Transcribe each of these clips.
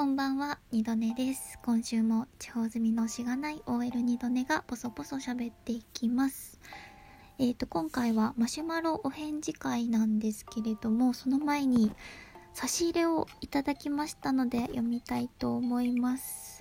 こんばんは、二度寝です。今週も地方住みのしがない OL 二度寝がポソポソ喋っていきます。今回はマシュマロお返事会なんですけれども、その前に差し入れをいただきましたので読みたいと思います。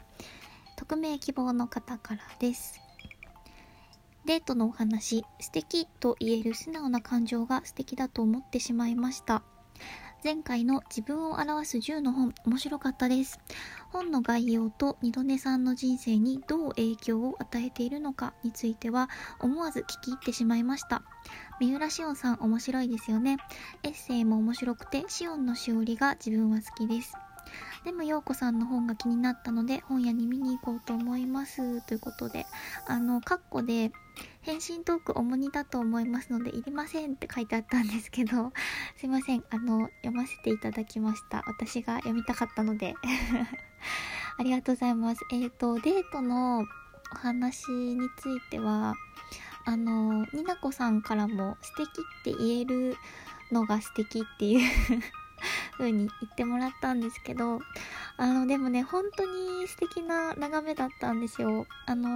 匿名希望の方からです。デートのお話、素敵と言える素直な感情が素敵だと思ってしまいました。前回の自分を表す10の本、面白かったです。本の概要と二度寝さんの人生にどう影響を与えているのかについては思わず聞き入ってしまいました。三浦しおんさん面白いですよね。エッセイも面白くてしおんのしおりが自分は好きです。でも陽子さんの本が気になったので本屋に見に行こうと思いますということで、カッコで返信トーク主にだと思いますのでいりませんって書いてあったんですけど、すいません、読ませていただきました。私が読みたかったのでありがとうございます。デートのお話についてはになこさんからも素敵って言えるのが素敵っていう風に言ってもらったんですけど、でもね、本当に素敵な眺めだったんですよ。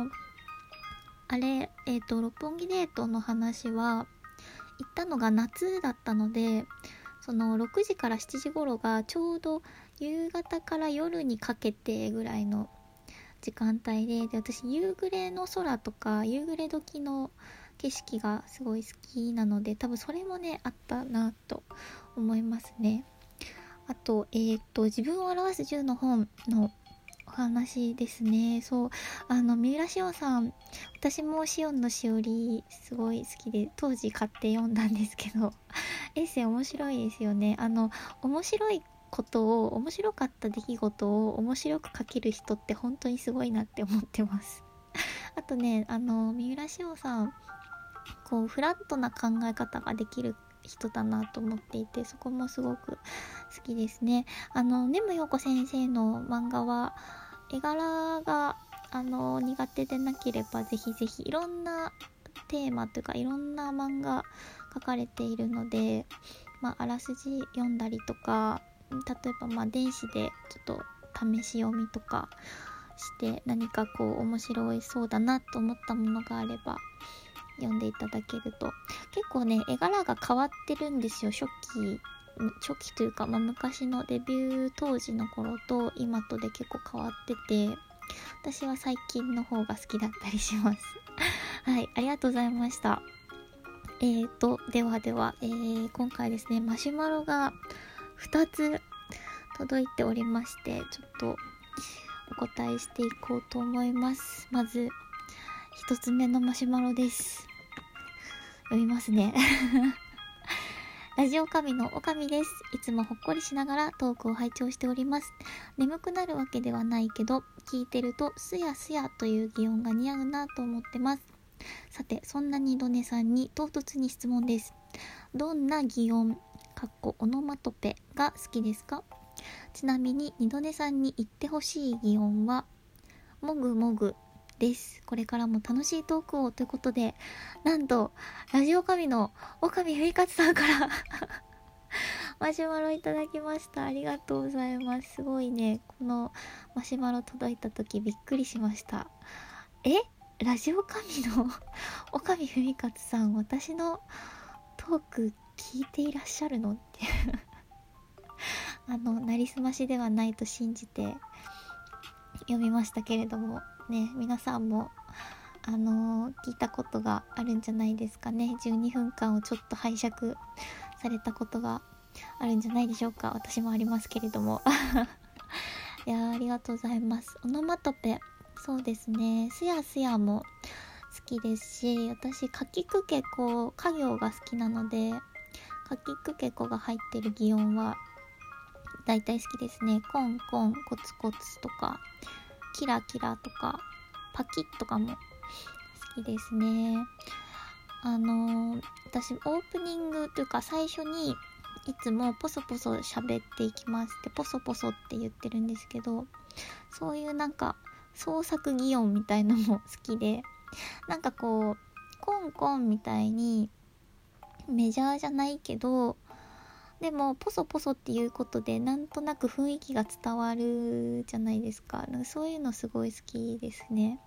六本木デートの話は行ったのが夏だったので、その6時から7時頃がちょうど夕方から夜にかけてぐらいの時間帯で、私夕暮れの空とか夕暮れ時の景色がすごい好きなので、多分それもねあったなと思いますね。あと、自分を表す10の本のお話ですね。そう、三浦しおんさん、私もしおんのしおりすごい好きで当時買って読んだんですけどエッセイ面白いですよね。面白いことを、面白かった出来事を面白く書ける人って本当にすごいなって思ってますあとね、三浦しおんさん、こうフラットな考え方ができる人だなと思っていて、そこもすごく好きですね。根本陽子先生の漫画は絵柄が苦手でなければぜひぜひ、いろんなテーマというかいろんな漫画書かれているので、あらすじ読んだりとか、例えば電子でちょっと試し読みとかして何かこう面白いそうだなと思ったものがあれば読んでいただけると、結構ね絵柄が変わってるんですよ。初期というか、昔のデビュー当時の頃と今とで結構変わってて、私は最近の方が好きだったりしますはい、ありがとうございました。では、今回ですね、マシュマロが2つ届いておりまして、ちょっとお答えしていこうと思います。まず1つ目のマシュマロです。読みますねラジオ神のおかみです。いつもほっこりしながらトークを拝聴しております。眠くなるわけではないけど、聞いてるとすやすやという擬音が似合うなと思ってます。さて、そんな二度寝さんに唐突に質問です。どんな擬音オノマトペが好きですか？ちなみに二度寝さんに言ってほしい擬音はもぐもぐです。これからも楽しいトークをということで、なんとラジオ神の岡見ふいかつさんからマシュマロいただきました。ありがとうございます。すごいね、このマシュマロ届いた時びっくりしました。ラジオ神の岡見ふみかつさん、私のトーク聞いていらっしゃるのってなりすましではないと信じて読みましたけれどもね、皆さんも聞いたことがあるんじゃないですかね。12分間をちょっと拝借されたことがあるんじゃないでしょうか。私もありますけれどもいやありがとうございます。オノマトペ、そうですね、すやすやも好きですし、私かきくけこ家業が好きなので、かきくけこが入ってる擬音はだいたい好きですね。コンコン、コツコツとかキラキラとかパキッとかも好きですね。私オープニングというか最初にいつもポソポソ喋っていきますってポソポソって言ってるんですけど、そういうなんか創作擬音みたいのも好きで、なんかコンコンみたいにメジャーじゃないけどでもポソポソっていうことでなんとなく雰囲気が伝わるじゃないですか。なんかそういうのすごい好きですね。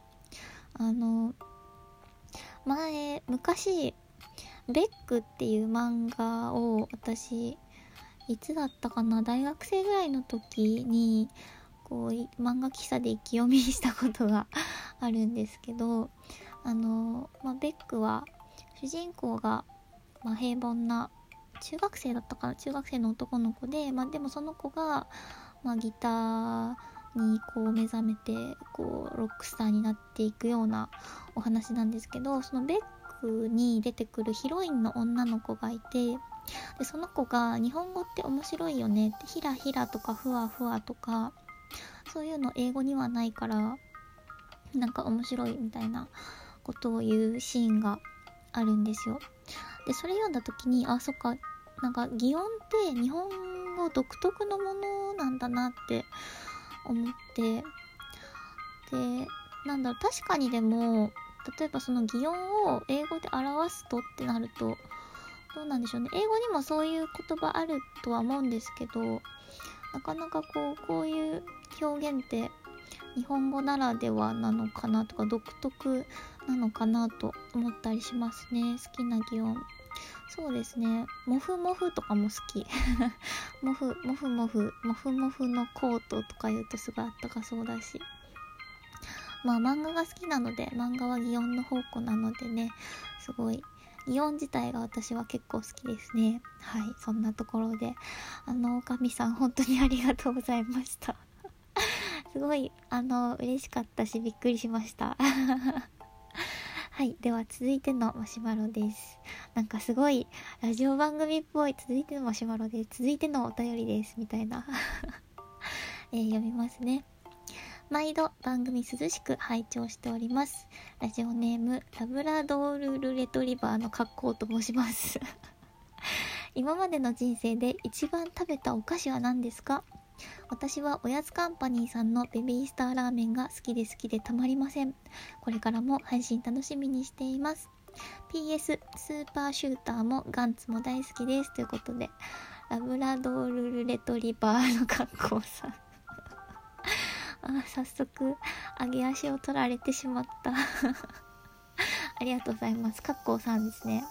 昔ベックっていう漫画を私いつだったかな、大学生ぐらいの時にこう漫画喫茶で一気読みしたことがあるんですけど、ベックは主人公が、平凡な中学生だったかな、中学生の男の子で、でもその子が、ギターにこう目覚めてこうロックスターになっていくようなお話なんですけど、そのベックに出てくるヒロインの女の子がいて、でその子が日本語って面白いよねって、ヒラヒラとかふわふわとかそういうの英語にはないからなんか面白いみたいなことを言うシーンがあるんですよ。でそれ読んだ時にそっか、なんか擬音って日本語独特のものなんだなって思って、で確かにでも例えばその擬音を英語で表すとってなるとどうなんでしょうね。英語にもそういう言葉あるとは思うんですけど、なかなかこういう表現って日本語ならではなのかなとか独特なのかなと思ったりしますね。好きな擬音、そうですね、モフモフとかも好きモフモフモフモフモフのコートとか言うとすごいあったかそうだし、漫画が好きなので、漫画は擬音の宝庫なのでね、すごい擬音自体が私は結構好きですね。はい、そんなところでおかみさん本当にありがとうございましたすごい嬉しかったしびっくりしましたはい、では続いてのマシュマロです。なんかすごいラジオ番組っぽい、続いてのマシュマロです、続いてのお便りですみたいな読みますね。毎度番組涼しく拝聴しております。ラジオネームラブラドールレトリバーの格好と申します今までの人生で一番食べたお菓子は何ですか？私はおやつカンパニーさんのベビースターラーメンが好きでたまりません。これからも配信楽しみにしています。 PS スーパーシューターもガンツも大好きですということで、ラブラドールレトリバーの格好さん早速上げ足を取られてしまったありがとうございます。格好さんですね。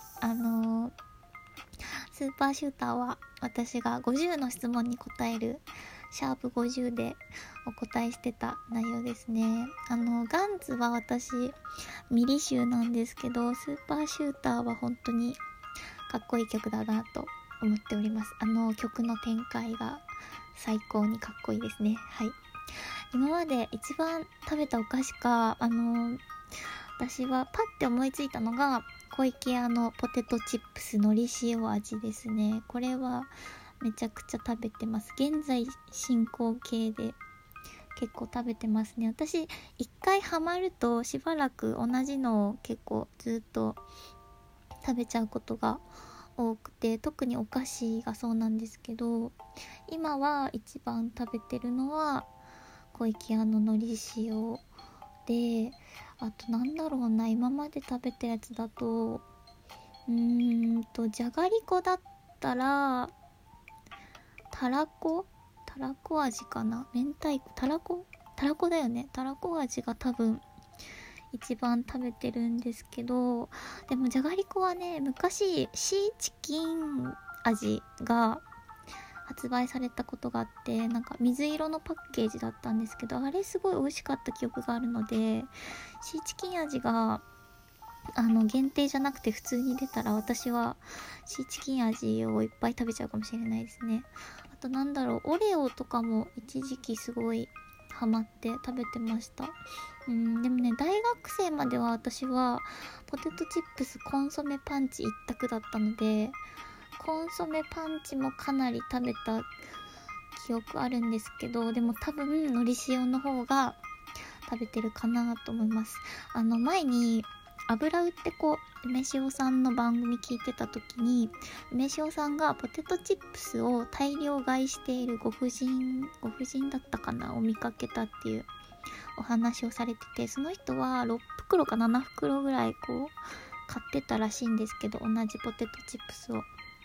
スーパーシューターは私が50の質問に答えるシャープ50でお答えしてた内容ですね。ガンズは私ミリ集なんですけど、スーパーシューターは本当にかっこいい曲だなと思っております。曲の展開が最高にかっこいいですね。はい。今まで一番食べたお菓子か、私はパッて思いついたのが小池屋のポテトチップスのり塩味ですね。これはめちゃくちゃ食べてます。現在進行形で結構食べてますね。私一回ハマるとしばらく同じのを結構ずっと食べちゃうことが多くて、特にお菓子がそうなんですけど、今は一番食べてるのは小池屋の海苔塩で、あとなんだろうな、今まで食べたやつだとじゃがりこだったらたらこ味かな、明太子たらこだよね、たらこ味が多分一番食べてるんですけど、でもじゃがりこはね、昔シーチキン味が発売されたことがあって、なんか水色のパッケージだったんですけど、あれすごい美味しかった記憶があるので、シーチキン味が限定じゃなくて普通に出たら私はシーチキン味をいっぱい食べちゃうかもしれないですね。あとなんだろう、オレオとかも一時期すごいハマって食べてました。でもね、大学生までは私はポテトチップスコンソメパンチ一択だったので、コンソメパンチもかなり食べた記憶あるんですけど、でも多分海苔塩の方が食べてるかなと思います。前に油売って梅塩さんの番組聞いてた時に、梅塩さんがポテトチップスを大量買いしているご婦人だったかなを見かけたっていうお話をされてて、その人は6袋か7袋ぐらい買ってたらしいんですけど、同じポテトチップスを。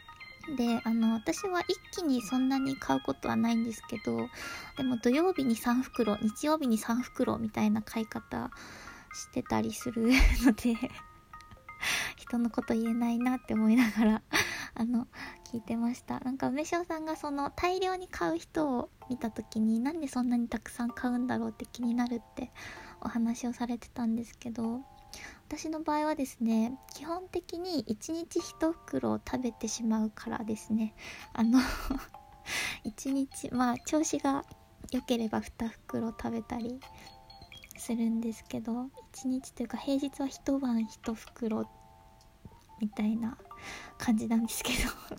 で、私は一気にそんなに買うことはないんですけど、でも土曜日に3袋、日曜日に3袋みたいな買い方してたりするので人のこと言えないなって思いながら聞いてました。なんか梅塩さんがその大量に買う人を見た時に、なんでそんなにたくさん買うんだろうって気になるってお話をされてたんですけど、私の場合はですね、基本的に1日1袋を食べてしまうからですね。1日、調子が良ければ2袋食べたりするんですけど、1日というか平日は一晩1袋みたいな感じなんですけど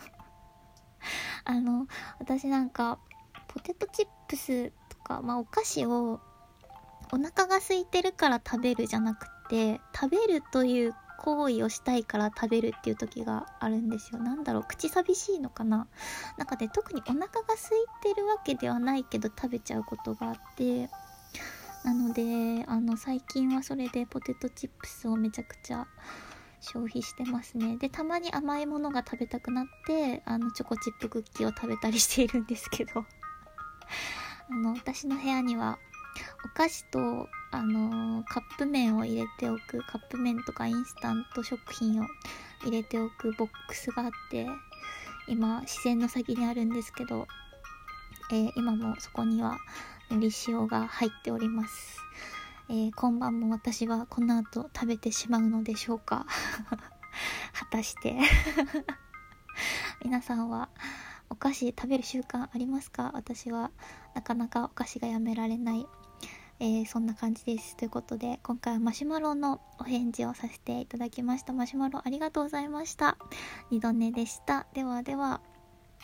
私なんかポテトチップスとか、お菓子をお腹が空いてるから食べるじゃなくて、食べるという行為をしたいから食べるっていう時があるんですよ。なんだろう、口寂しいのかな。なんかで、特にお腹が空いてるわけではないけど食べちゃうことがあって、なので最近はそれでポテトチップスをめちゃくちゃ消費してますね。で、たまに甘いものが食べたくなってチョコチップクッキーを食べたりしているんですけど私の部屋にはお菓子とカップ麺を入れておく、カップ麺とかインスタント食品を入れておくボックスがあって、今視線の先にあるんですけど、今もそこにはのり塩が入っております。今晩も私はこの後食べてしまうのでしょうか果たして皆さんはお菓子食べる習慣ありますか？私はなかなかお菓子がやめられない、そんな感じです。ということで、今回はマシュマロのお返事をさせていただきました。マシュマロありがとうございました。2度寝でした。ではでは。